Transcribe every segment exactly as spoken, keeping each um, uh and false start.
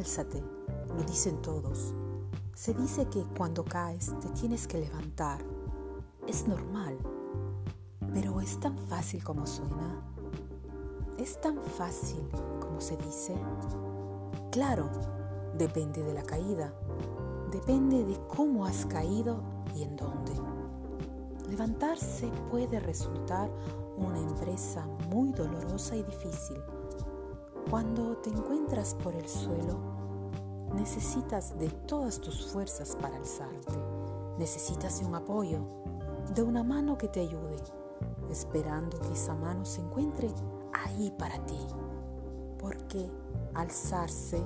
Álzate, lo dicen todos. Se dice que cuando caes te tienes que levantar. Es normal, pero ¿es tan fácil como suena? ¿Es tan fácil como se dice? Claro, depende de la caída, depende de cómo has caído y en dónde. Levantarse puede resultar una empresa muy dolorosa y difícil. Cuando te encuentras por el suelo, necesitas de todas tus fuerzas para alzarte. Necesitas de un apoyo, de una mano que te ayude, esperando que esa mano se encuentre ahí para ti. Porque alzarse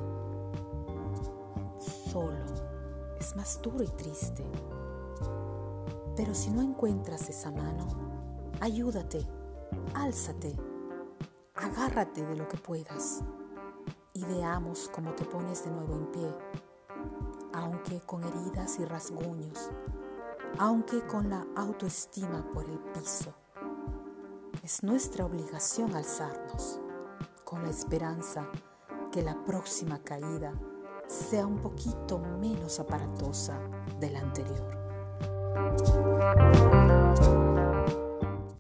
solo es más duro y triste. Pero si no encuentras esa mano, ayúdate, álzate, agárrate de lo que puedas y veamos cómo te pones de nuevo en pie, aunque con heridas y rasguños, aunque con la autoestima por el piso. Es nuestra obligación alzarnos, con la esperanza que la próxima caída sea un poquito menos aparatosa de la anterior.